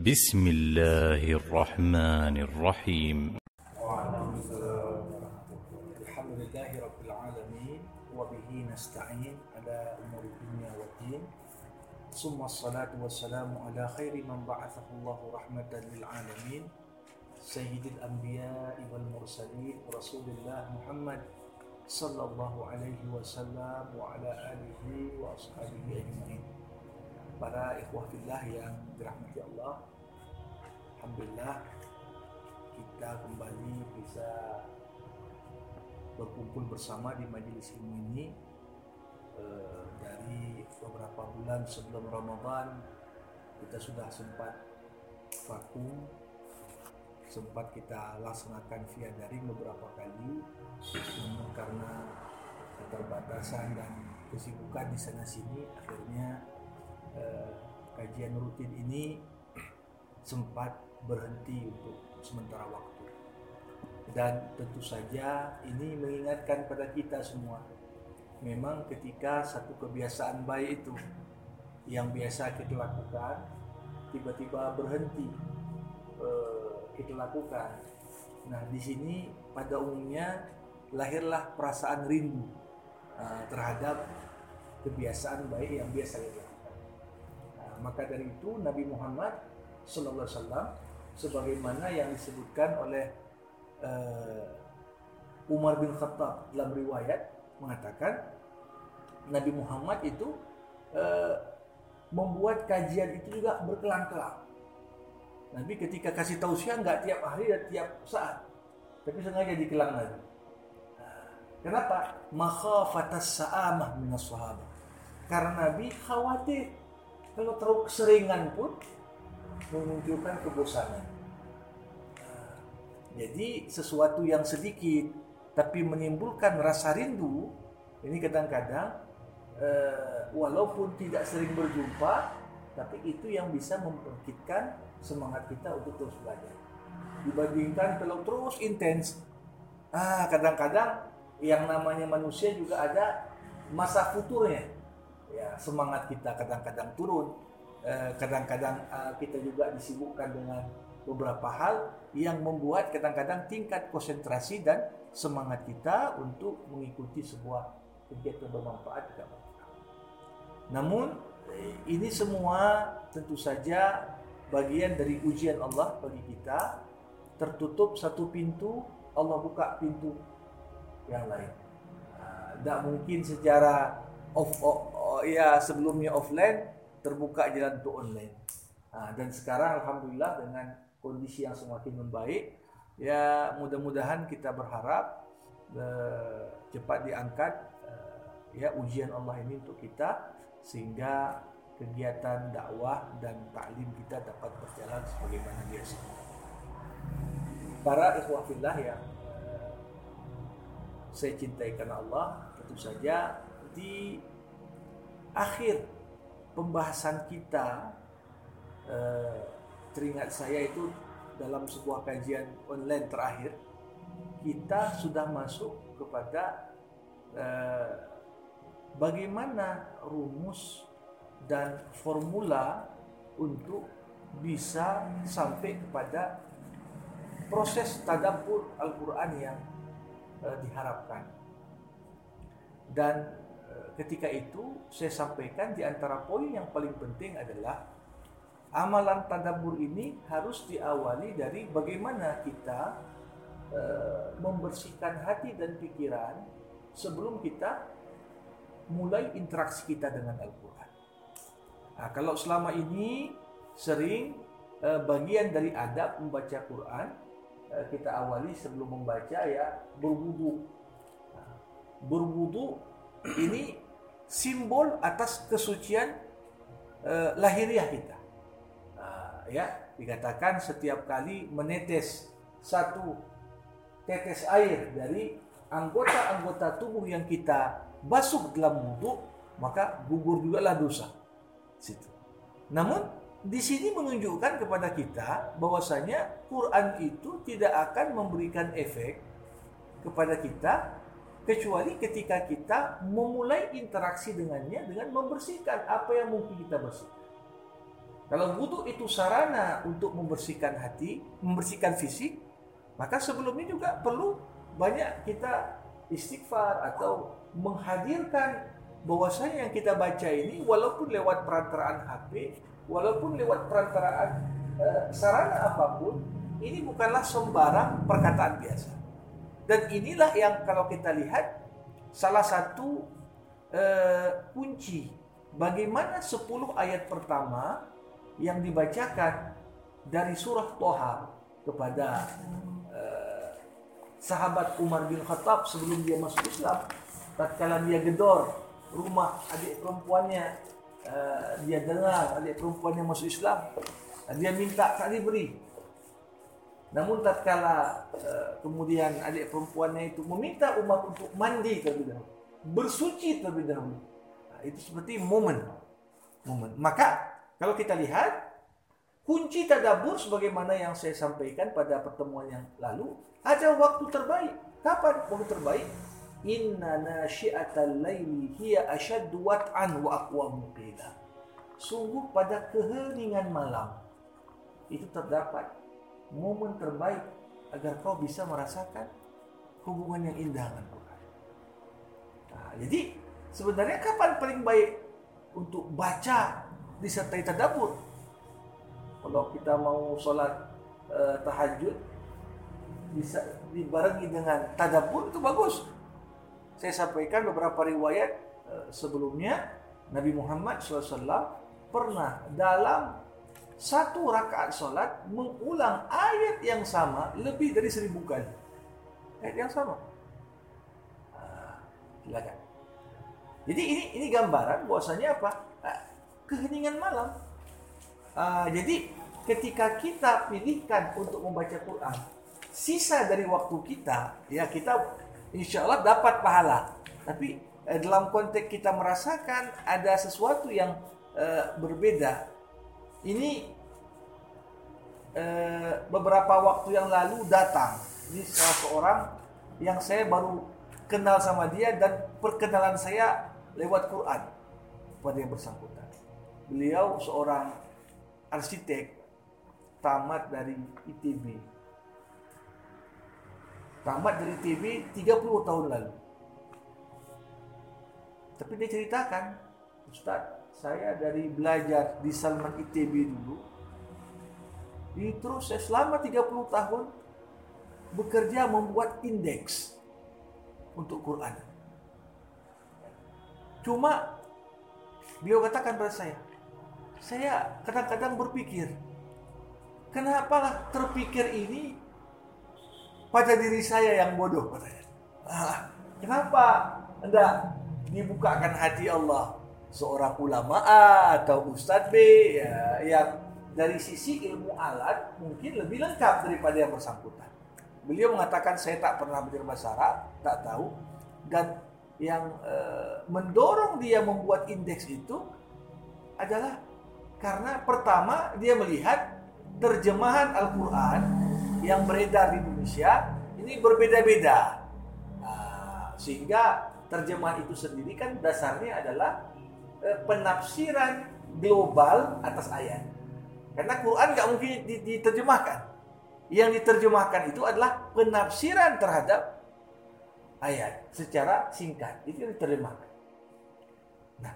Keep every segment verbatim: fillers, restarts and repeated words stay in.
بسم الله الرحمن الرحيم. الحمد لله رب العالمين وبه نستعين على أمور الدنيا والدين ثم الصلاة والسلام على خير من بعثه الله رحمة للعالمين سيد الأنبياء والمرسلين رسول الله محمد صلى الله عليه وسلم وعلى آله وأصحابه أجمعين. Para ikhwah fillah yang dirahmati Allah, alhamdulillah kita kembali bisa berkumpul bersama di majelis ilmu ini. E, dari beberapa bulan sebelum Ramadan kita sudah sempat vakum, sempat kita laksanakan via daring beberapa kali, namun karena keterbatasan dan kesibukan di sana sini akhirnya Uh, kajian rutin ini sempat berhenti untuk sementara waktu. Dan tentu saja ini mengingatkan pada kita semua, memang ketika satu kebiasaan baik itu yang biasa kita lakukan tiba-tiba berhenti uh, kita lakukan. Nah, di sini pada umumnya lahirlah perasaan rindu uh, terhadap kebiasaan baik yang biasa kita lakukan. Maka dari itu Nabi Muhammad sallallahu alaihi wasallam sebagaimana yang disebutkan oleh uh, Umar bin Khattab dalam riwayat mengatakan Nabi Muhammad itu uh, membuat kajian itu juga berkelang-kelang. Nabi ketika kasih tausiah enggak tiap hari dan tiap saat, tapi sengaja dikelang lagi. Kenapa? Makhafatas sa'amah minas sahabah. Karena Nabi khawatir kalau terlalu keseringan pun memunculkan kebosanan. Nah, jadi sesuatu yang sedikit tapi menimbulkan rasa rindu, ini kadang-kadang eh, walaupun tidak sering berjumpa, tapi itu yang bisa membangkitkan semangat kita untuk terus belajar. Dibandingkan kalau terus intens, ah kadang-kadang yang namanya manusia juga ada masa futurnya. Ya, semangat kita kadang-kadang turun, eh, kadang-kadang eh, kita juga disibukkan dengan beberapa hal yang membuat kadang-kadang tingkat konsentrasi dan semangat kita untuk mengikuti sebuah kegiatan bermanfaat tidak bermanfaat. Namun eh, ini semua tentu saja bagian dari ujian Allah bagi kita. Tertutup satu pintu, Allah buka pintu yang lain. Tidak nah, mungkin secara off, off ya sebelumnya offline terbuka jalan untuk online. Nah, dan sekarang alhamdulillah dengan kondisi yang semakin membaik, ya mudah-mudahan kita berharap uh, cepat diangkat uh, ya ujian Allah ini untuk kita sehingga kegiatan dakwah dan taklim kita dapat berjalan sebagaimana biasa. Para ikhwah fillah yang uh, saya cintai karena Allah, tentu saja di akhir pembahasan kita eh, teringat saya itu dalam sebuah kajian online terakhir kita sudah masuk kepada eh, bagaimana rumus dan formula untuk bisa sampai kepada proses tadabbur Al-Quran yang eh, diharapkan. Dan ketika itu saya sampaikan di antara poin yang paling penting adalah amalan tadabbur ini harus diawali dari bagaimana kita e, membersihkan hati dan pikiran sebelum kita mulai interaksi kita dengan Al-Quran. Nah, kalau selama ini sering e, bagian dari adab membaca Quran e, kita awali sebelum membaca ya berwudu. Nah, berwudu ini simbol atas kesucian eh, lahiriah kita. Nah, ya, dikatakan setiap kali menetes satu tetes air dari anggota-anggota tubuh yang kita basuh dalam wudu, maka gugur jugalah dosa. Situ. Namun di sini menunjukkan kepada kita bahwasanya Quran itu tidak akan memberikan efek kepada kita kecuali ketika kita memulai interaksi dengannya dengan membersihkan apa yang mungkin kita bersihkan. Kalau wudu itu sarana untuk membersihkan hati, membersihkan fisik, maka sebelumnya juga perlu banyak kita istighfar atau menghadirkan bahwasanya yang kita baca ini walaupun lewat perantaraan H P, walaupun lewat perantaraan uh, sarana apapun, ini bukanlah sembarang perkataan biasa. Dan inilah yang kalau kita lihat salah satu uh, kunci bagaimana sepuluh ayat pertama yang dibacakan dari surah Toha kepada uh, sahabat Umar bin Khattab sebelum dia masuk Islam, tatkala dia gedor rumah adik perempuannya, uh, dia dengar adik perempuannya masuk Islam, dia minta tak diberi. Namun tatkala uh, kemudian adik perempuannya itu meminta Umar untuk mandi terlebih dahulu, bersuci terlebih dahulu, nah, itu seperti momen, momen. Maka kalau kita lihat kunci tadabbur sebagaimana yang saya sampaikan pada pertemuan yang lalu, ada waktu terbaik. Kapan waktu terbaik? Inna nasyi'atal laili hiya ashaddu wat'an wa aqwamu qila. Sungguh pada keheningan malam itu terdapat momen terbaik agar kau bisa merasakan hubungan yang indah dengan Quran. Nah, jadi sebenarnya kapan paling baik untuk baca disertai tadabbur? Kalau kita mau sholat uh, tahajud bisa dibarengi dengan tadabbur, itu bagus. Saya sampaikan beberapa riwayat uh, sebelumnya, Nabi Muhammad shallallahu alaihi wasallam pernah dalam satu rakaat sholat mengulang ayat yang sama lebih dari seribu kali. Ayat yang sama. Uh, silakan. Jadi ini ini gambaran bahwasanya apa? Uh, keheningan malam. Uh, jadi ketika kita pilihkan untuk membaca Quran, sisa dari waktu kita, ya kita insya Allah dapat pahala. Tapi uh, dalam konteks kita merasakan ada sesuatu yang uh, berbeda. Ini uh, beberapa waktu yang lalu datang. Ini salah seorang yang saya baru kenal sama dia dan perkenalan saya lewat Quran pada yang bersangkutan. Beliau seorang arsitek tamat dari I T B. Tamat dari I T B tiga puluh tahun lalu. Tapi dia ceritakan, Ustaz, saya dari belajar di Salman I T B dulu, terus saya selama tiga puluh tahun bekerja membuat indeks untuk Quran. Cuma beliau katakan pada saya, saya kadang-kadang berpikir, kenapalah terpikir ini pada diri saya yang bodoh, katanya. Ah, kenapa hendak dibukakan hati Allah seorang ulama A atau Ustadz B, ya, yang dari sisi ilmu alat mungkin lebih lengkap daripada yang bersangkutan. Beliau mengatakan saya tak pernah belajar bahasa Arab, tak tahu, dan yang e, mendorong dia membuat indeks itu adalah karena pertama dia melihat terjemahan Al-Quran yang beredar di Indonesia ini berbeda-beda. Nah, sehingga terjemahan itu sendiri kan dasarnya adalah eh, penafsiran global atas ayat. Karena Quran nggak mungkin diterjemahkan. Yang diterjemahkan itu adalah penafsiran terhadap ayat secara singkat. Itu yang diterjemahkan. Nah,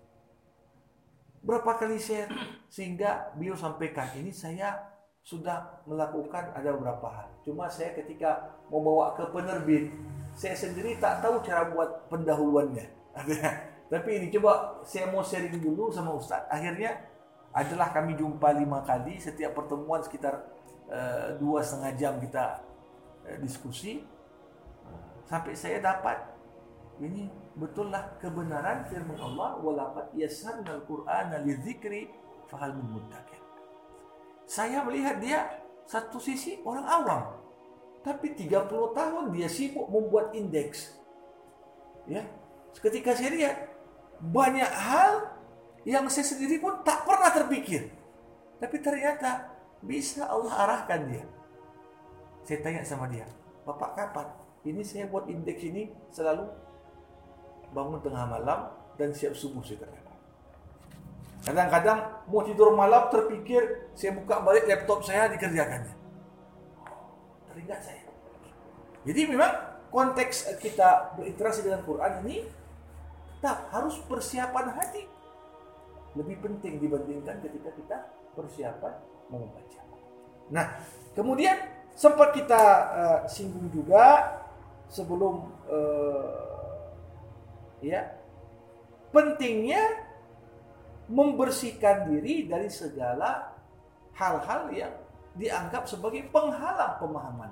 berapa kali share sehingga beliau sampaikan ini saya sudah melakukan ada beberapa hal. Cuma saya ketika mau bawa ke penerbit, saya sendiri tak tahu cara buat pendahuluannya. Tapi ini coba saya mau sharing dulu sama Ustaz. Akhirnya adalah kami jumpa lima kali, setiap pertemuan sekitar uh, dua setengah jam kita uh, diskusi. Sampai saya dapat ini betullah kebenaran firman Allah, walaqad yassarnal Qur'ana lidzikri fahal min muddakir. Saya melihat dia satu sisi orang awam, tapi tiga puluh tahun dia sibuk membuat indeks. Ya, ketika saya lihat banyak hal yang saya sendiri pun tak pernah terpikir, tapi ternyata bisa Allah arahkan dia. Saya tanya sama dia, Bapak kapan? Ini saya buat indeks ini selalu bangun tengah malam dan siap subuh saya katakan. Kadang-kadang mau tidur malam terpikir, saya buka balik laptop saya dikerjakannya. Teringat saya. Jadi memang konteks kita berinteraksi dengan Quran ini tetap harus persiapan hati. Lebih penting dibandingkan ketika kita persiapan mau membaca. Nah, kemudian sempat kita uh, singgung juga sebelum uh, ya pentingnya membersihkan diri dari segala hal-hal yang dianggap sebagai penghalang pemahaman.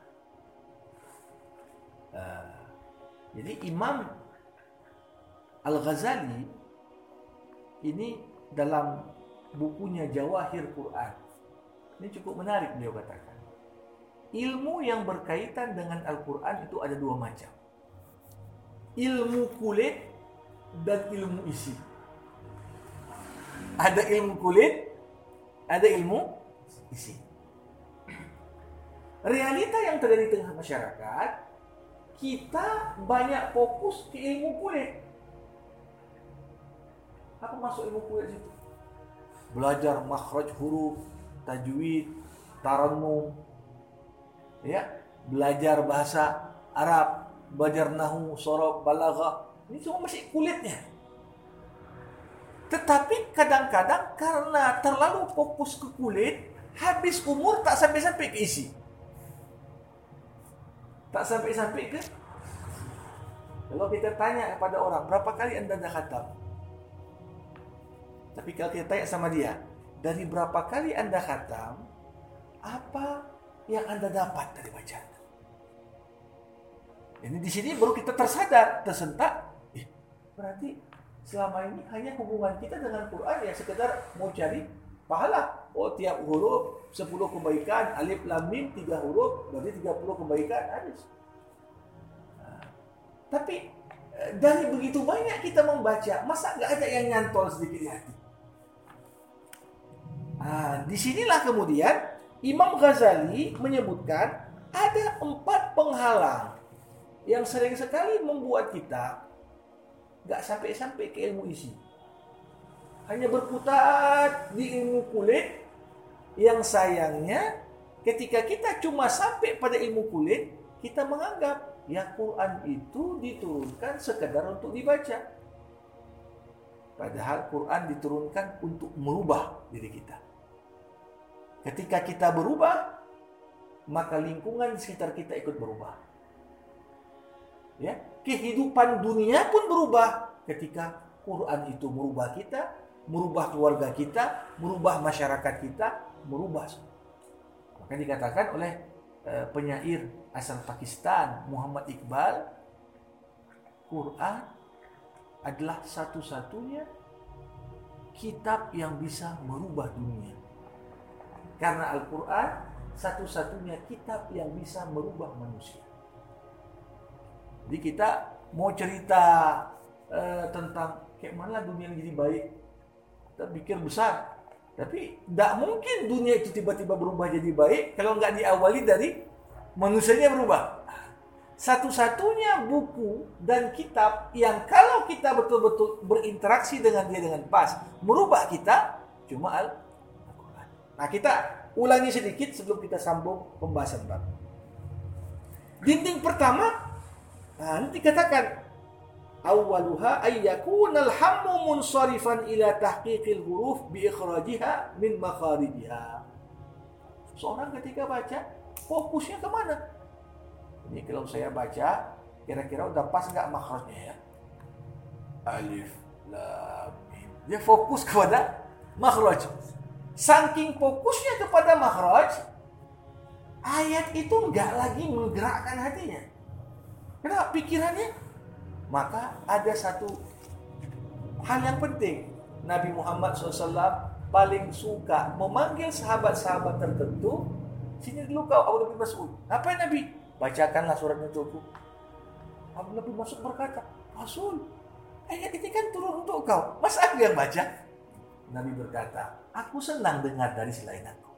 Uh, jadi Imam Al-Ghazali ini dalam bukunya Jawahir Quran, ini cukup menarik beliau katakan. Ilmu yang berkaitan dengan Al-Quran itu ada dua macam. Ilmu kulit dan ilmu isi. Ada ilmu kulit, ada ilmu isi. Realita yang terjadi di tengah masyarakat, kita banyak fokus ke ilmu kulit. Apa masuk ilmu kulit situ? Belajar makhraj huruf, tajwid, tarannum, ya, belajar bahasa Arab, belajar nahwu, sharaf, balaghah. Ini semua masih kulitnya. Tetapi kadang-kadang karena terlalu fokus ke kulit, habis umur tak sampai-sampai ke isi. Tak sampai-sampai ke. Kalau kita tanya kepada orang, berapa kali anda dah khatam? Tapi kalau kita tanya sama dia, dari berapa kali anda khatam, apa yang anda dapat dari bacaan? Ini di sini baru kita tersadar, tersentak. Eh, berarti selama ini hanya hubungan kita dengan Quran ya sekedar mau cari pahala. Oh, tiap huruf sepuluh kebaikan, alif lam mim tiga huruf, berarti tiga puluh kebaikan habis. Nah, tapi dari begitu banyak kita membaca, masa nggak ada yang nyantol sedikit di hati? Nah, disinilah kemudian Imam Ghazali menyebutkan ada empat penghalang yang sering sekali membuat kita nggak sampai-sampai ke ilmu isi. Hanya berputar di ilmu kulit, yang sayangnya ketika kita cuma sampai pada ilmu kulit, kita menganggap ya Quran itu diturunkan sekedar untuk dibaca. Padahal Quran diturunkan untuk merubah diri kita. Ketika kita berubah, maka lingkungan di sekitar kita ikut berubah. Ya, kehidupan dunia pun berubah ketika Quran itu merubah kita, merubah keluarga kita, merubah masyarakat kita, merubah. Maka dikatakan oleh uh, penyair asal Pakistan Muhammad Iqbal, Quran adalah satu-satunya kitab yang bisa merubah dunia. Karena Al-Quran satu-satunya kitab yang bisa merubah manusia. Jadi kita mau cerita uh, tentang kayak mana dunia yang jadi baik, kita pikir besar. Tapi tidak mungkin dunia itu tiba-tiba berubah jadi baik kalau nggak diawali dari manusianya berubah. Satu-satunya buku dan kitab yang kalau kita betul-betul berinteraksi dengan dia dengan pas, merubah kita, cuma Al-Quran. Nah, kita ulangi sedikit sebelum kita sambung pembahasan bab. Dinding pertama, nah, nanti katakan awwaluha ay yakunal hammu munsharifan ila tahqiqil huruf bi ikhrajiha min makharijiha. Seorang ketika baca, fokusnya kemana? Ini kalau saya baca, kira-kira udah pas nggak makhrajnya ya? Alif, lam, mim. Dia fokus kepada makhraj. Saking fokusnya kepada makhraj, ayat itu nggak lagi menggerakkan hatinya. Kenapa? Pikirannya. Maka ada satu hal yang penting. Nabi Muhammad shallallahu alaihi wasallam paling suka memanggil sahabat-sahabat tertentu. Sini dulu kau, Abu Nabi Mas'ud. Apa Nabi? Bacakanlah surat untukku. Abu Nabi Mas'ud berkata, Rasul, ayat ini kan turun untuk kau. Masa aku yang baca? Nabi berkata, aku senang dengar dari selain aku.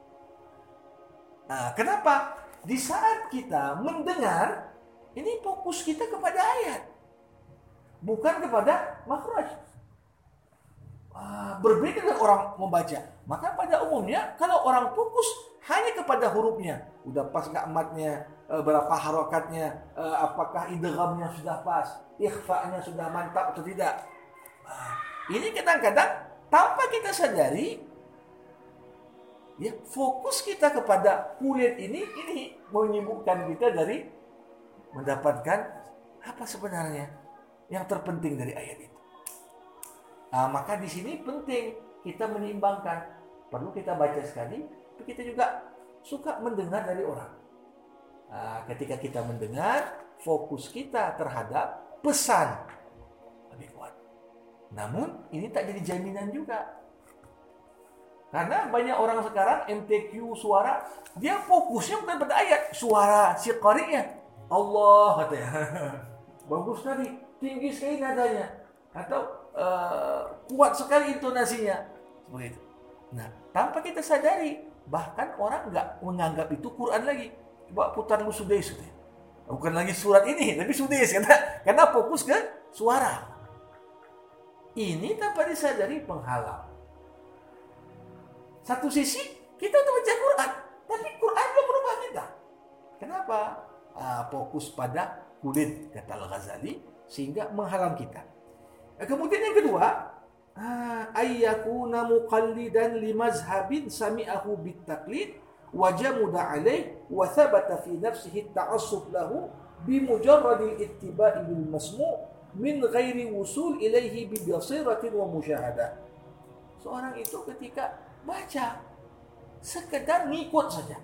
Nah, kenapa? Di saat kita mendengar, ini fokus kita kepada ayat, bukan kepada makhraj. uh, berbeda dengan orang membaca. Maka pada umumnya kalau orang fokus hanya kepada hurufnya, udah pas nggak matnya, uh, berapa harokatnya, uh, apakah idghamnya sudah pas, ikhfa'nya sudah mantap atau tidak. Uh, ini kadang-kadang tanpa kita sadari, ya fokus kita kepada kulit ini ini menyibukkan kita dari mendapatkan apa sebenarnya yang terpenting dari ayat itu. Nah, maka di sini penting kita menyeimbangkan. Perlu kita baca sekali, tapi kita juga suka mendengar dari orang. Nah, ketika kita mendengar, fokus kita terhadap pesan lebih kuat. Namun ini tak jadi jaminan juga. Karena banyak orang sekarang M T Q suara, dia fokusnya bukan pada ayat, suara si qari'nya. Allah katanya. Bagus tadi, tinggi sekali nadanya. Atau Uh, kuat sekali intonasinya seperti itu. Nah, tanpa kita sadari, bahkan orang nggak menganggap itu Quran lagi. Coba putar lu Sudais, bukan lagi surat ini, tapi Sudais karena karena fokus ke suara. Ini tanpa disadari penghalang. Satu sisi kita untuk baca Quran, tapi Quran belum merubah kita. Kenapa? Uh, fokus pada kulit kata Al-Ghazali sehingga menghalang kita. Kemudian yang kedua, ayyakuna muqallidan limazhabin sami'ahu bittaqlid wa jamuda alaih wa thabata fi nafsihi ta'assub lahu bimujarradil ittiba'i bil masmu' min ghairi wusul ilaihi bi basiratin wa musyahadah. Seorang itu ketika baca sekedar ngikut saja.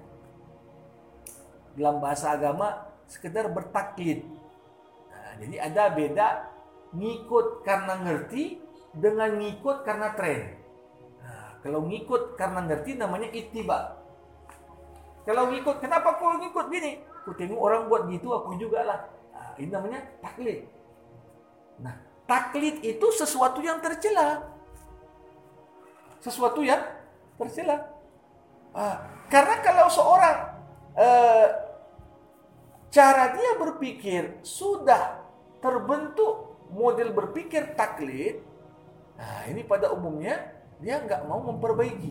Dalam bahasa agama sekedar bertaklid. Nah, jadi ada beda ngikut karena ngerti dengan ngikut karena tren. Nah, kalau ngikut karena ngerti namanya ittiba. Kalau ngikut, kenapa kau ngikut gini? Aku tengok orang buat gitu, aku juga lah. Nah, ini namanya taklid. Nah, taklid itu sesuatu yang tercela. Sesuatu yang tercela. Ah, karena kalau seorang eh, cara dia berpikir sudah terbentuk model berpikir taklid, nah ini pada umumnya dia nggak mau memperbaiki.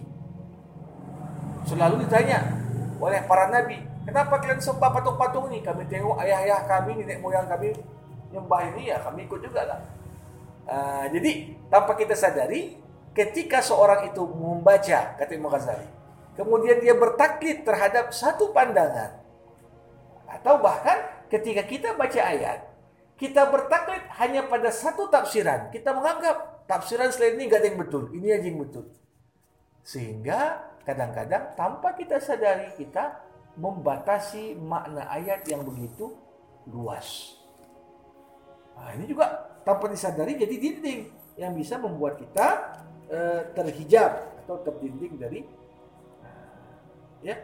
Selalu ditanya oleh para nabi, kenapa kalian sembah patung-patung ini? Kami tengok ayah-ayah kami, nenek moyang kami nyembah ini, ya kami ikut juga lah. Uh, jadi tanpa kita sadari, ketika seorang itu membaca kata Imam Ghazali, kemudian dia bertaklid terhadap satu pandangan, atau bahkan ketika kita baca ayat, kita bertaklid hanya pada satu tafsiran. Kita menganggap tafsiran selain ini gak ada yang betul. Ini aja yang betul. Sehingga kadang-kadang tanpa kita sadari kita membatasi makna ayat yang begitu luas. Nah, ini juga tanpa disadari jadi dinding yang bisa membuat kita uh, terhijab atau terdinding dari uh, ya.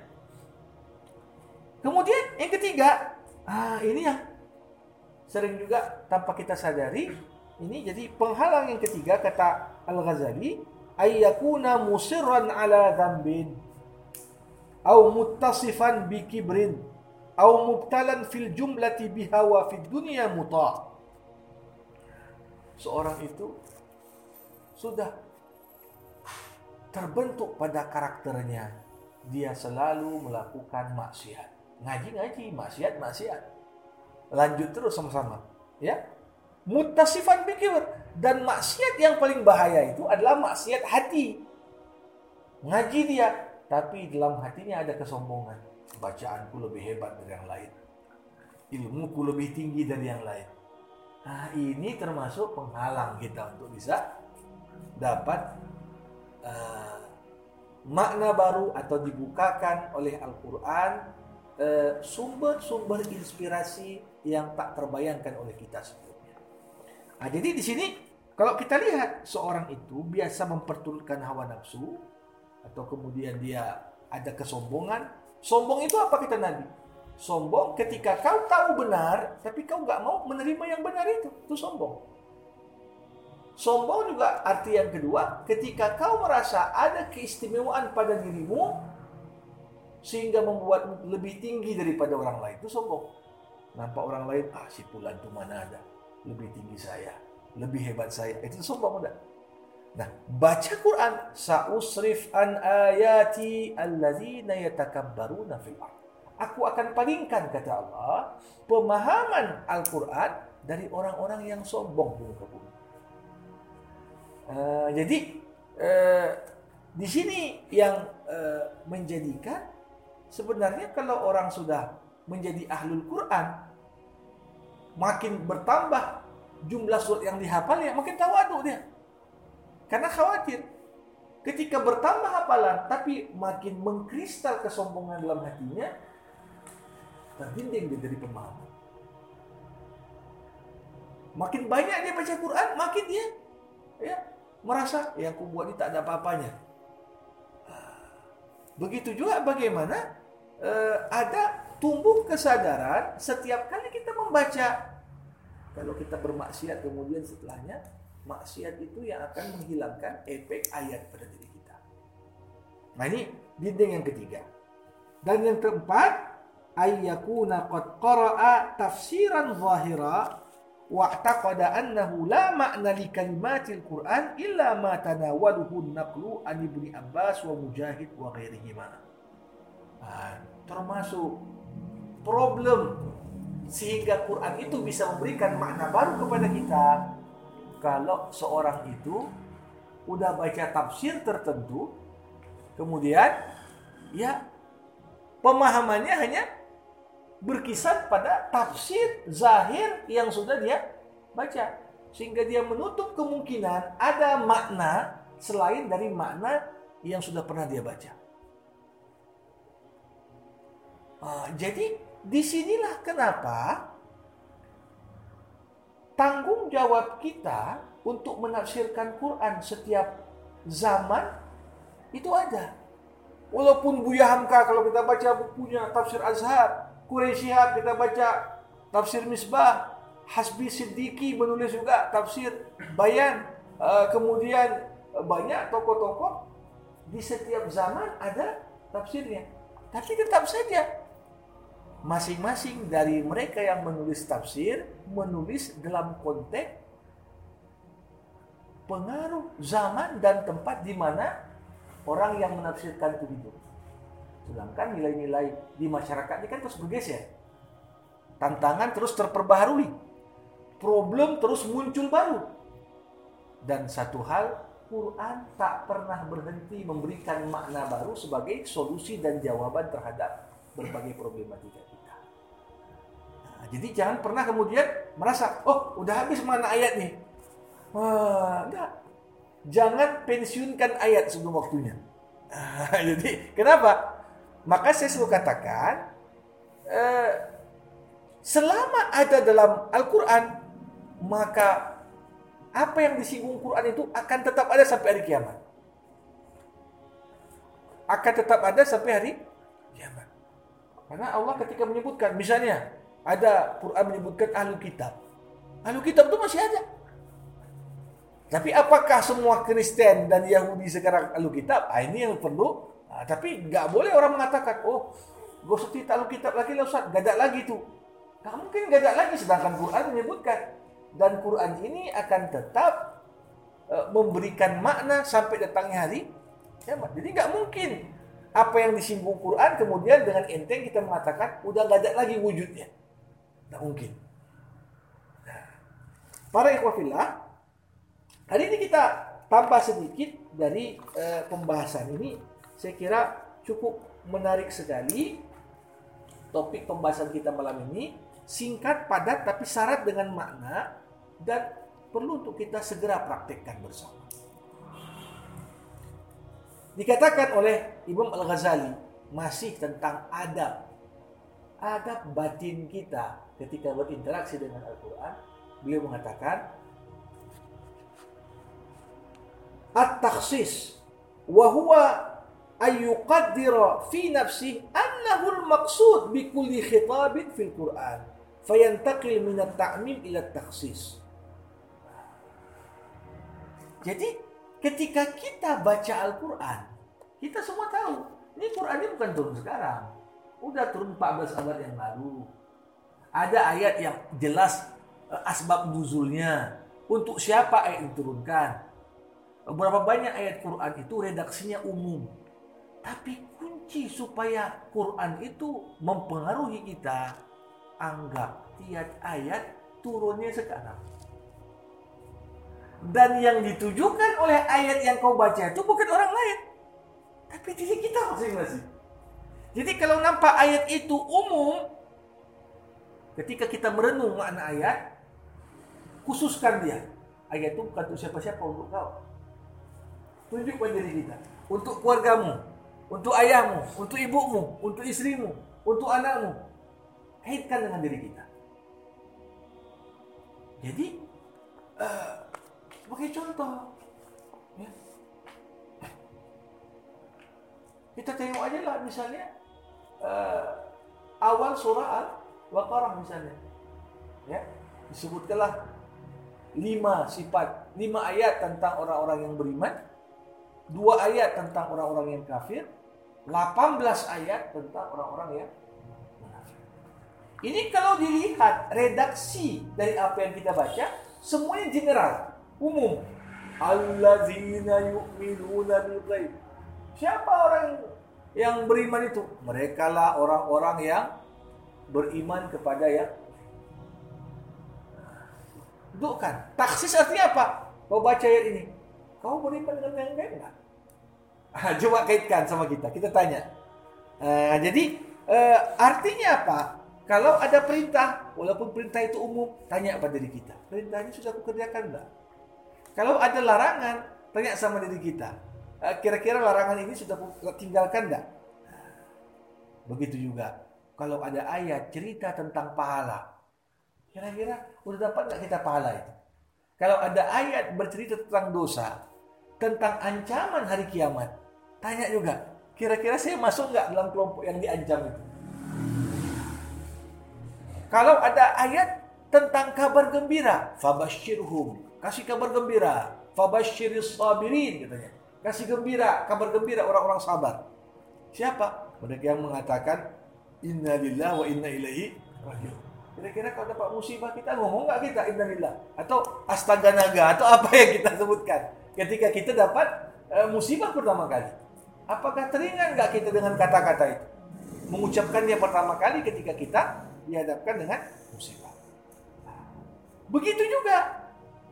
Kemudian yang ketiga, ah, ini yang sering juga tanpa kita sadari, ini jadi penghalang yang ketiga kata Al-Ghazali, ayyakuna musirran ala dzambin au muttasifan bi kibrin au mubtalan fil jumlati biha wa fid dunya muta'. Seorang itu sudah terbentuk pada karakternya, dia selalu melakukan maksiat. Ngaji-ngaji, maksiat-maksiat. Lanjut terus sama-sama, ya. Muttasifan bikibr, dan maksiat yang paling bahaya itu adalah maksiat hati. Ngaji dia, tapi dalam hatinya ada kesombongan. Bacaanku lebih hebat dari yang lain, ilmuku lebih tinggi dari yang lain. Nah, ini termasuk penghalang kita untuk bisa dapat uh, makna baru atau dibukakan oleh Al-Quran, uh, sumber-sumber inspirasi yang tak terbayangkan oleh kita sebelumnya. Nah, jadi di sini kalau kita lihat seorang itu biasa memperturutkan hawa nafsu atau kemudian dia ada kesombongan. Sombong itu apa kata Nabi? Sombong ketika kau tahu benar tapi kau nggak mau menerima yang benar itu, itu sombong. Sombong juga arti yang kedua, ketika kau merasa ada keistimewaan pada dirimu sehingga membuat lebih tinggi daripada orang lain, itu sombong. Nampak orang lain, ah si fulan itu mana ada, lebih tinggi saya, lebih hebat saya, itu sombong udah. Nah, baca Quran, sa'usrif an ayati alladzina yatakabbaruna fil ardh. Aku akan palingkan, kata Allah, pemahaman Al-Quran dari orang-orang yang sombong di muka bumi. Uh, jadi uh, di sini yang uh, menjadikan sebenarnya kalau orang sudah menjadi ahlul Quran, makin bertambah jumlah surat yang dihafal, ya makin tawaduk dia. Karena khawatir ketika bertambah hafalan tapi makin mengkristal kesombongan dalam hatinya, terbimbing dia dari pemahaman. Makin banyak dia baca Quran, makin dia ya merasa yang aku buat ini tak ada apa-apanya. Begitu juga bagaimana eh, ada tumbuh kesadaran setiap kali kita membaca. Kalau kita bermaksiat kemudian setelahnya, maksiat itu yang akan menghilangkan efek ayat pada diri kita. Nah, ini dinding yang ketiga. Dan yang keempat, ayyakuna qad qara'a tafsiran zahira wa'taqada annahu la ma'na li kalimatil Qur'an illa ma tanawaluhu an-naqlu an Ibnu Abbas wa Mujahid wa ghairihima. Nah, termasuk problem sehingga Quran itu bisa memberikan makna baru kepada kita kalau seorang itu udah baca tafsir tertentu, kemudian ya pemahamannya hanya berkisar pada tafsir zahir yang sudah dia baca, sehingga dia menutup kemungkinan ada makna selain dari makna yang sudah pernah dia baca. Uh, jadi disinilah kenapa tanggung jawab kita untuk menafsirkan Quran setiap zaman itu ada. Walaupun Buya Hamka kalau kita baca bukunya Tafsir Azhar, Quraisy Shihab kita baca Tafsir Misbah, Hasbi Siddiqi menulis juga Tafsir Bayan, uh, kemudian uh, banyak tokoh-tokoh di setiap zaman ada tafsirnya. Tapi tetap saja masing-masing dari mereka yang menulis tafsir menulis dalam konteks pengaruh zaman dan tempat di mana orang yang menafsirkan itu hidup. Sedangkan nilai-nilai di masyarakat ini kan terus bergeser. Tantangan terus terperbaharui. Problem terus muncul baru. Dan satu hal, Quran tak pernah berhenti memberikan makna baru sebagai solusi dan jawaban terhadap berbagai problematika kita. Nah, jadi jangan pernah kemudian merasa, oh udah habis makna ayat nih. Wah, enggak. Jangan pensiunkan ayat sebelum waktunya. Nah, jadi kenapa? Maka saya selalu katakan, eh, selama ada dalam Al-Quran, maka apa yang disinggung Quran itu akan tetap ada sampai hari kiamat. Akan tetap ada sampai hari kiamat. Karena Allah ketika menyebutkan, misalnya ada Quran menyebutkan Ahlul Kitab. Ahlul Kitab itu masih ada. Tapi apakah semua Kristen dan Yahudi sekarang Ahlul Kitab? Ah, ini yang perlu. Nah, tapi nggak boleh orang mengatakan, oh, gue seperti Ahlul Kitab lagi lah Ustaz, gak ada lagi tuh. Nggak mungkin gak ada lagi, sedangkan Quran menyebutkan. Dan Quran ini akan tetap uh, memberikan makna sampai datangnya hari kiamat. Jadi nggak mungkin apa yang disinggung Quran kemudian dengan enteng kita mengatakan udah gak ada lagi wujudnya. Nggak mungkin. Nah, para ikhwah fillah, hari ini kita tambah sedikit dari uh, pembahasan ini. Saya kira cukup menarik sekali topik pembahasan kita malam ini. Singkat, padat, tapi syarat dengan makna dan perlu untuk kita segera praktekkan bersama. Dikatakan oleh Imam Al-Ghazali masih tentang adab. Adab batin kita ketika berinteraksi dengan Al-Quran. Beliau mengatakan, At-takhsis wa huwa ayyuqaddira fi nafsihi annahu al-maqsud bi kulli khitabin fil Qur'an fayantaqil min at-ta'mim ila at-takhsis. Jadi ketika kita baca Al-Quran, kita semua tahu ini Quran ini bukan turun sekarang, udah turun empat belas abad yang lalu. Ada ayat yang jelas asbab nuzulnya, untuk siapa ayat diturunkan. Berapa banyak ayat Quran itu redaksinya umum. Tapi kunci supaya Quran itu mempengaruhi kita, anggap tiap ayat turunnya sekarang. Dan yang ditujukan oleh ayat yang kau baca itu bukan orang lain, tapi diri kita masing-masing. Jadi kalau nampak ayat itu umum, ketika kita merenung makna ayat, khususkan dia. Ayat itu bukan untuk siapa-siapa, untuk kau. Tunjukkan diri kita. Untuk keluargamu, untuk ayahmu, untuk ibumu, untuk istrimu, untuk anakmu. Kaitkan dengan diri kita. Jadi, uh, sebagai contoh, ya. Kita tengok aja lah misalnya, uh, awal surah Al-Baqarah misalnya. Ya, disebutkanlah lima sifat, lima ayat tentang orang-orang yang beriman, dua ayat tentang orang-orang yang kafir, delapan belas ayat tentang orang-orang yang munafik. Ini kalau dilihat redaksi dari apa yang kita baca, semuanya general, umum. Allazina yu'minuna bil ghaib. Siapa orang yang beriman itu? Merekalah orang-orang yang beriman kepada yang dudukkan. Taksis artinya apa? Kau baca ayat ini, kau beriman dengan yang gaib enggak? Coba kaitkan sama kita. Kita tanya. Uh, jadi uh, artinya apa? Kalau ada perintah, walaupun perintah itu umum, tanya pada diri kita. Perintah ini sudah aku kerjakan enggak? Kalau ada larangan, tanya sama diri kita. Uh, kira-kira larangan ini sudah aku tinggalkan enggak? Begitu juga. Kalau ada ayat cerita tentang pahala, kira-kira udah dapat enggak kita pahala itu? Kalau ada ayat bercerita tentang dosa, tentang ancaman hari kiamat, tanya juga, kira-kira saya masuk nggak dalam kelompok yang diancam itu? Kalau ada ayat tentang kabar gembira, fabashshirhum, kasih kabar gembira, fabashshiris sabirin katanya, kasih gembira, kabar gembira orang-orang sabar. Siapa? Mereka yang mengatakan inna lillahi wa inna ilaihi raji'un. Kira-kira kalau dapat musibah kita ngomong nggak kita inna lillahi atau astaga naga atau apa yang kita sebutkan ketika kita dapat uh, musibah pertama kali? Apakah teringat nggak kita dengan kata-kata itu? Mengucapkannya pertama kali ketika kita dihadapkan dengan musibah. Begitu juga.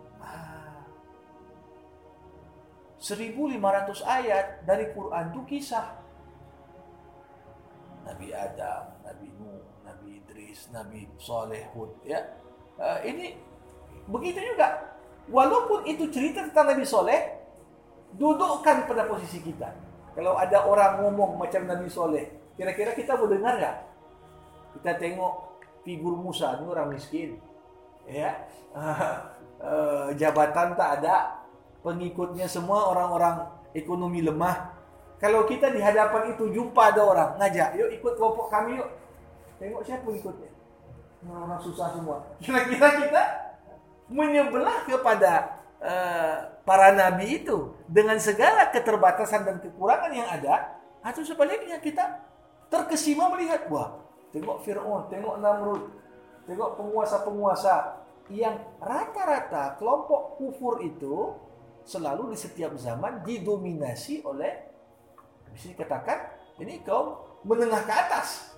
seribu lima ratus ayat dari Quran itu kisah. Nabi Adam, Nabi Nuh, Nabi Idris, Nabi Saleh, Hud. Ya. Uh, ini begitu juga. Walaupun itu cerita tentang Nabi Saleh, dudukkan pada posisi kita. Kalau ada orang ngomong macam Nabi Saleh, kira-kira kita mau dengar nggak? Kita tengok figur Musa, ini orang miskin, ya, uh, uh, jabatan tak ada, pengikutnya semua orang-orang ekonomi lemah. Kalau kita di hadapan itu jumpa ada orang ngajak, yuk ikut kelompok kami yuk. Tengok siapa pengikutnya, orang-orang susah semua. Kira-kira kita menyebelah kepada uh, para nabi itu dengan segala keterbatasan dan kekurangan yang ada, atau sebaliknya kita terkesima melihat, wah, tengok Fir'aun, tengok Namrud, tengok penguasa-penguasa yang rata-rata kelompok kufur itu selalu di setiap zaman didominasi oleh, bisa dikatakan ini kaum menengah ke atas,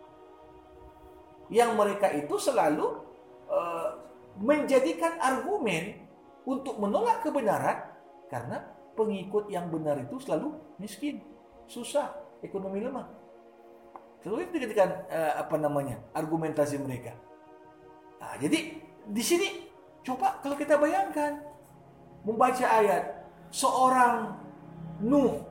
yang mereka itu selalu uh, menjadikan argumen untuk menolak kebenaran karena pengikut yang benar itu selalu miskin, susah, ekonomi lemah. Selalu itu dijadikan uh, apa namanya argumentasi mereka. Nah, jadi di sini coba kalau kita bayangkan membaca ayat seorang Nuh,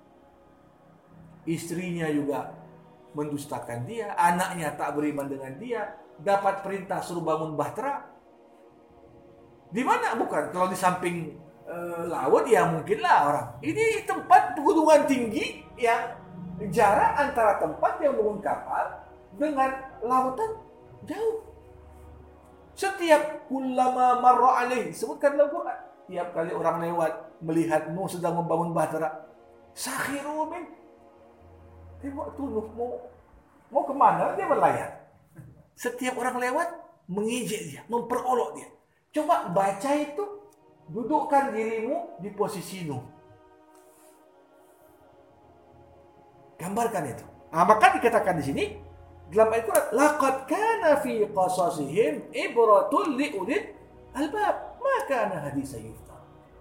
istrinya juga mendustakan dia, anaknya tak beriman dengan dia, dapat perintah suruh bangun bahtera. Di mana bukan? Kalau di samping e, laut ya mungkinlah orang. Ini tempat pegunungan tinggi yang jarak antara tempat yang bangun kapal dengan lautan jauh. Setiap kullama marra alaih, sebutkan dalam Quran, tiap kali orang lewat melihat Nuh sedang membangun bahtera, sakhiru min. Tengok tuh Nuh mau mau kemana dia berlayar. Setiap orang lewat mengejek dia, memperolok dia. Coba baca itu Dudukkan dirimu di posisi Nuh. Gambarkan itu. Nah, maka dikatakan di sini dalam Al-Quran, laqad kana fi qasasihim ibratun li ulil albab, ma kana haditsan yuftar.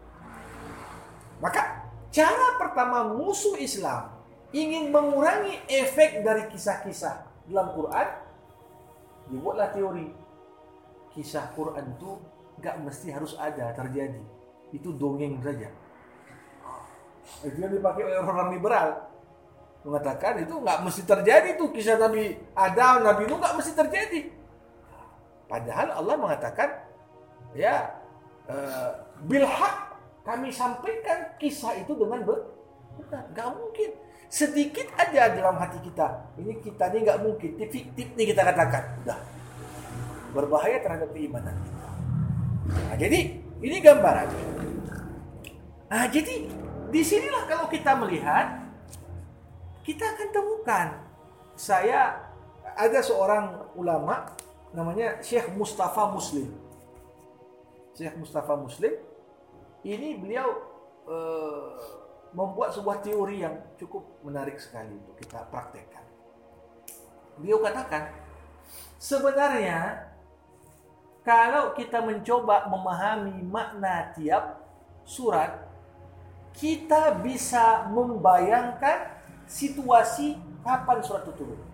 Maka cara pertama musuh Islam ingin mengurangi efek dari kisah-kisah dalam Quran, dibuatlah teori. Kisah Quran itu gak mesti harus ada terjadi. Itu dongeng saja. Itu yang dipakai oleh orang liberal. Mengatakan itu gak mesti terjadi tuh kisah Nabi Adam, Nabi Nuh gak mesti terjadi. Padahal Allah mengatakan, ya uh, bilhaq kami sampaikan kisah itu dengan benar. Gak mungkin. Sedikit aja dalam hati kita. Ini kita ini gak mungkin. Fiktif nih kita katakan. Udah. Berbahaya terhadap keimanan kita. Nah, jadi ini gambaran. Nah, jadi disinilah kalau kita melihat, kita akan temukan. Saya ada seorang ulama namanya Syekh Mustafa Muslim. Syekh Mustafa Muslim ini beliau uh, membuat sebuah teori yang cukup menarik sekali untuk kita praktekkan. Beliau katakan, sebenarnya kalau kita mencoba memahami makna tiap surat, kita bisa membayangkan situasi kapan surat itu turun.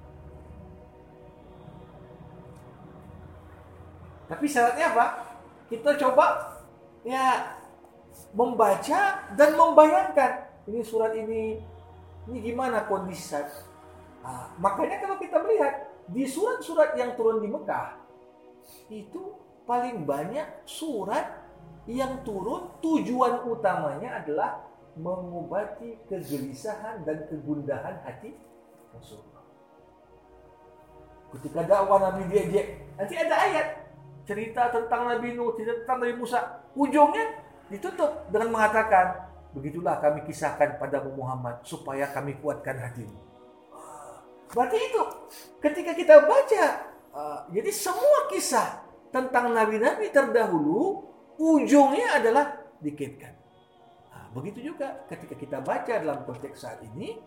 Tapi syaratnya apa? Kita coba ya membaca dan membayangkan ini surat ini ini gimana kondisi saat. Nah, makanya kalau kita melihat di surat-surat yang turun di Mekah itu paling banyak surat yang turun tujuan utamanya adalah mengobati kegelisahan dan kegundahan hati Rasulullah. Ketika dakwah Nabi diejek, nanti ada ayat cerita tentang Nabi Nuh, cerita tentang Nabi Musa. Ujungnya ditutup dengan mengatakan, begitulah kami kisahkan padamu Muhammad supaya kami kuatkan hatimu. Berarti itu ketika kita baca, uh, jadi semua kisah tentang nabi-nabi terdahulu ujungnya adalah dikaitkan. Nah, begitu juga ketika kita baca dalam konteks saat ini,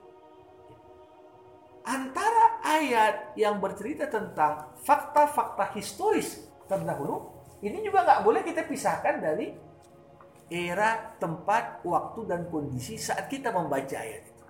antara ayat yang bercerita tentang fakta-fakta historis terdahulu, ini juga nggak boleh kita pisahkan dari era, tempat, waktu, dan kondisi saat kita membaca ayat itu.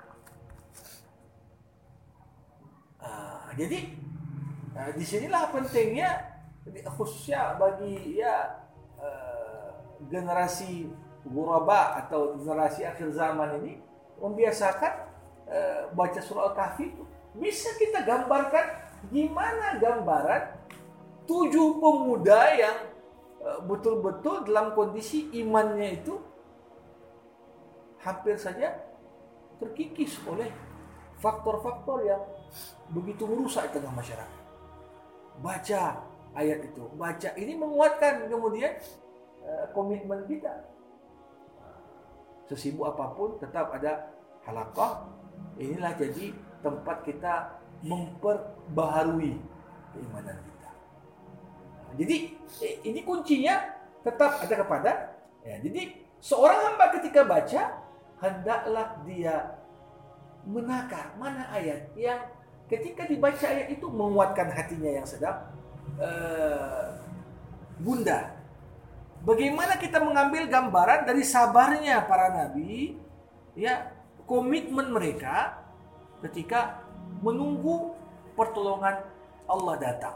Uh, jadi uh, disinilah pentingnya, khususnya bagi ya uh, generasi ghuraba atau generasi akhir zaman ini, membiasakan uh, baca surah Al-Kahfi itu. Bisa kita gambarkan gimana gambaran tujuh pemuda yang betul-betul dalam kondisi imannya itu hampir saja terkikis oleh faktor-faktor yang begitu merusak di tengah masyarakat. Baca ayat itu, baca ini menguatkan kemudian uh, komitmen kita. Sesibuk apapun tetap ada halaqah. Inilah jadi tempat kita memperbaharui keimanan kita. Jadi ini kuncinya tetap ada kepada ya. Jadi seorang hamba ketika baca hendaklah dia menakar mana ayat yang ketika dibaca ayat itu menguatkan hatinya yang sedang uh, gundah. Bagaimana kita mengambil gambaran dari sabarnya para nabi, ya, komitmen mereka ketika menunggu pertolongan Allah datang.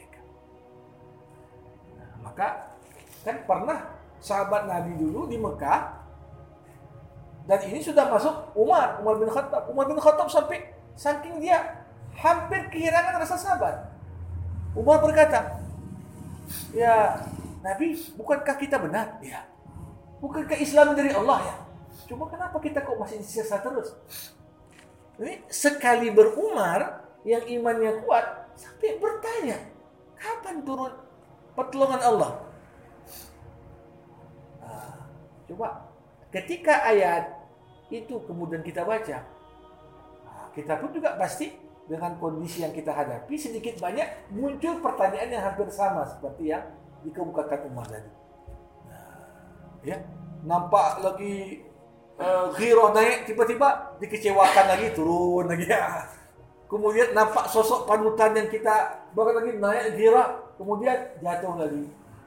Maka kan pernah sahabat Nabi dulu di Mekah, dan ini sudah masuk Umar, Umar bin Khattab. Umar bin Khattab sampai saking dia hampir kehilangan rasa sabar. Umar berkata, ya Nabi, bukankah kita benar? Ya. Bukankah Islam dari Allah ya? Cuma kenapa kita kok masih sisa terus? Ini sekali berumar yang imannya kuat sampai bertanya, kapan turun pertolongan Allah? Nah, coba ketika ayat itu kemudian kita baca, nah, kita pun juga pasti dengan kondisi yang kita hadapi sedikit banyak muncul pertanyaan yang hampir sama seperti yang dikemukakan Umar tadi. Nah, Ya, nampak lagi uh, ghirah naik, tiba-tiba dikecewakan lagi, turun lagi ya. Kemudian nampak sosok panutan yang kita baru lagi naik ghirah, kemudian jatuh lagi.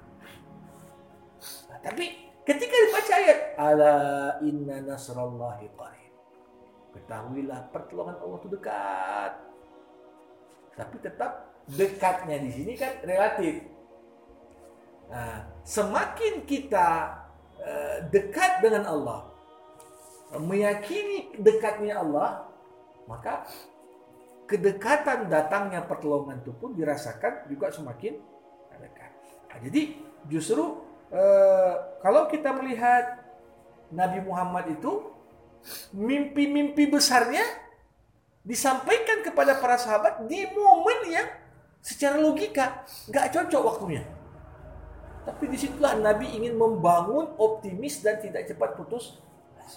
Nah, tapi ketika dibaca ayat ala inna nasrallahi qarib, ketahuilah pertolongan Allah itu dekat. Tapi tetap dekatnya di sini kan relatif. Nah, semakin kita uh, dekat dengan Allah, meyakini dekatnya Allah, maka kedekatan datangnya pertolongan itu pun dirasakan juga semakin dekat. Nah, jadi justru uh, kalau kita melihat Nabi Muhammad itu, mimpi-mimpi besarnya disampaikan kepada para sahabat di momen yang secara logika nggak cocok waktunya. Tapi disitulah Nabi ingin membangun optimis dan tidak cepat putus asa.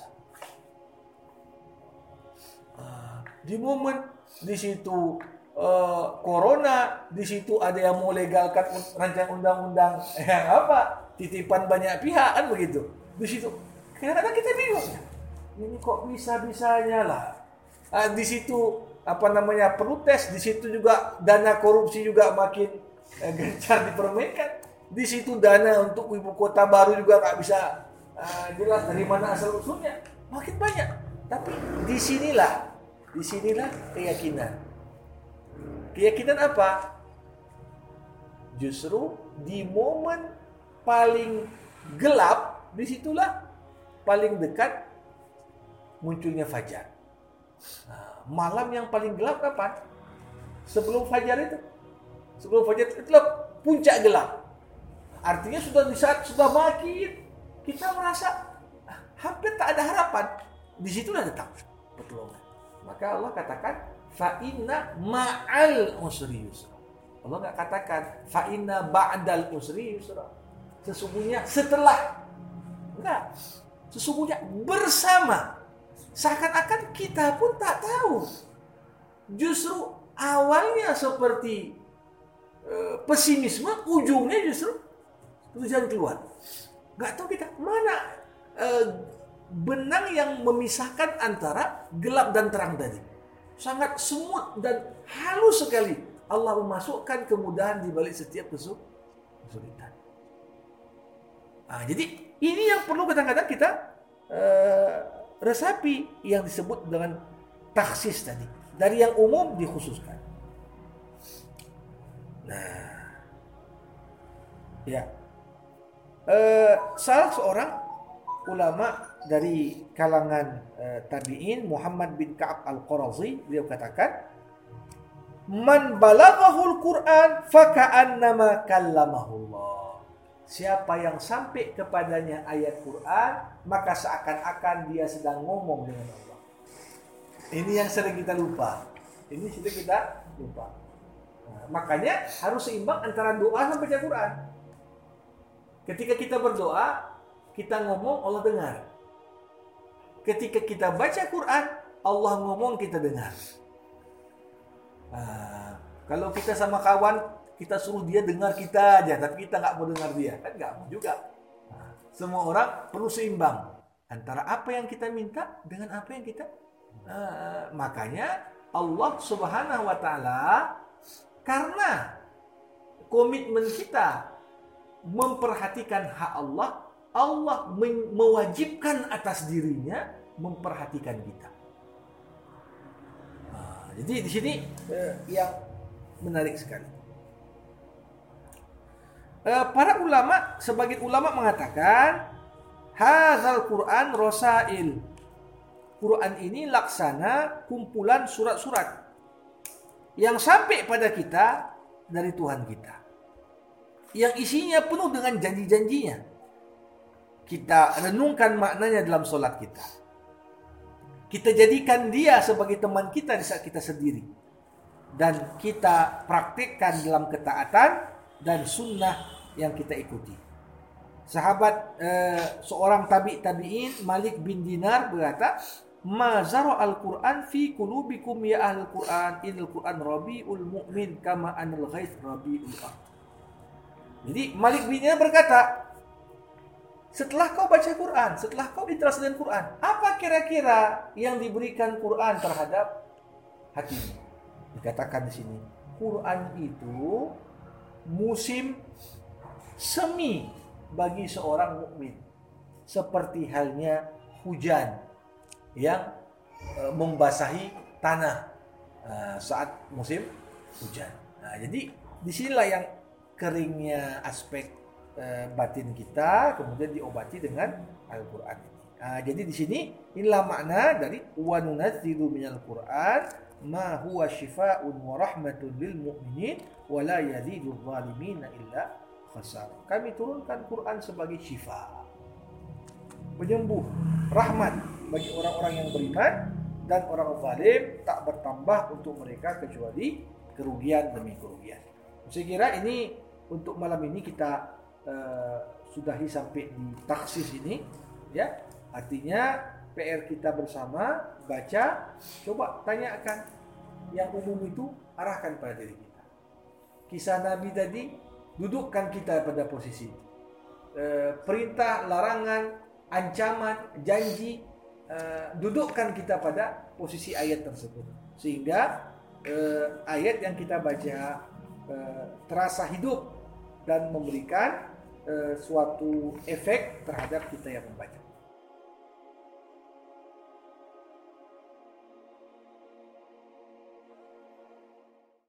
Uh, di momen di situ uh, corona, di situ ada yang mau legalkan rancangan undang-undang yang apa titipan banyak pihak kan begitu. Di situ kadang-kadang kita bingung. Ini kok bisa-bisanya lah. Uh, di situ apa namanya protes, di situ juga dana korupsi juga makin uh, gencar dipermainkan. Di situ dana untuk ibu kota baru juga nggak bisa uh, jelas dari mana asal usulnya, makin banyak. Tapi disinilah, disinilah keyakinan. Keyakinan apa? Justru di momen paling gelap, disitulah paling dekat munculnya fajar. Nah, malam yang paling gelap kapan? Sebelum fajar itu. Sebelum fajar itu puncak gelap. Artinya sudah di saat sudah makin kita merasa hampir tak ada harapan. Di situlah datang pertolongan. Maka Allah katakan fa inna ma'al usri yusra. Allah enggak katakan fa inna ba'dal usri yusra. Sesungguhnya setelah. Enggak. Sesungguhnya bersama. Seakan-akan kita pun tak tahu. Justru awalnya seperti uh, pesimisme, ujungnya justru itu jalan keluar. Gak tahu kita mana uh, benang yang memisahkan antara gelap dan terang tadi. Sangat semut dan halus sekali. Allah memasukkan kemudahan di balik setiap kesulitan. Nah, jadi ini yang perlu kadang-kadang kita uh, resapi yang disebut dengan taksis tadi. Dari yang umum dikhususkan. Nah, ya. Uh, salah seorang ulama dari kalangan uh, tabi'in, Muhammad bin Ka'ab al-Qurazi, beliau katakan, "Man balaghahul Qur'an faka'annama kallamahullah." Siapa yang sampai kepadanya ayat Quran, maka seakan-akan dia sedang ngomong dengan Allah. Ini yang sering kita lupa. Ini sering kita lupa. Nah, makanya harus seimbang antara doa dan baca Quran. Ketika kita berdoa, kita ngomong, Allah dengar. Ketika kita baca Quran, Allah ngomong, kita dengar. Nah, kalau kita sama kawan, kita suruh dia dengar kita aja, tapi kita nggak mau dengar dia, kan nggak mau juga. Nah, semua orang perlu seimbang antara apa yang kita minta dengan apa yang kita. Nah, makanya Allah Subhanahu Wa Taala, karena komitmen kita memperhatikan hak Allah, Allah mewajibkan atas dirinya memperhatikan kita. Nah, jadi di sini eh, yang menarik sekali. Eh, para ulama, sebagian ulama mengatakan, hadzal Quran rosail. Quran ini laksana kumpulan surat-surat yang sampai pada kita dari Tuhan kita, yang isinya penuh dengan janji-janjinya. Kita renungkan maknanya dalam solat kita. Kita jadikan dia sebagai teman kita di saat kita sendiri. Dan kita praktikkan dalam ketaatan dan sunnah yang kita ikuti. Sahabat eh, seorang tabi' tabi'in, Malik bin Dinar berkata, "Ma zara al-Qur'an fi qulubikum ya ahlul Qur'an, inal Qur'an rabiul mu'min kama anal ghaith rabiul ardh." Jadi Malik bin Dinar berkata, Setelah kau baca Quran, setelah kau interaksi dengan Quran, apa kira-kira yang diberikan Quran terhadap hatimu? Dikatakan di sini, Quran itu musim semi bagi seorang mukmin, seperti halnya hujan yang e, membasahi tanah e, saat musim hujan. Nah, jadi disinilah yang keringnya aspek e, batin kita kemudian diobati dengan Al-Quran. Nah, jadi di sini inilah makna dari wa nunazzilu minal Quran ma huwa shifaa'un wa rahmatun lil mu'minin wa la yazidul zalimina illa khasar. Kami turunkan Quran sebagai syifa, penyembuh, rahmat bagi orang-orang yang beriman, dan orang zalim tak bertambah untuk mereka kecuali kerugian demi kerugian. Saya kira ini untuk malam ini kita uh, sudahi sampai di taksis ini, ya. Artinya P R kita bersama baca, coba tanyakan yang umum itu, arahkan pada diri kita. Kisah Nabi tadi, dudukkan kita pada posisi e, perintah, larangan, ancaman, janji, e, dudukkan kita pada posisi ayat tersebut, sehingga e, ayat yang kita baca e, terasa hidup dan memberikan e, suatu efek terhadap kita yang membaca.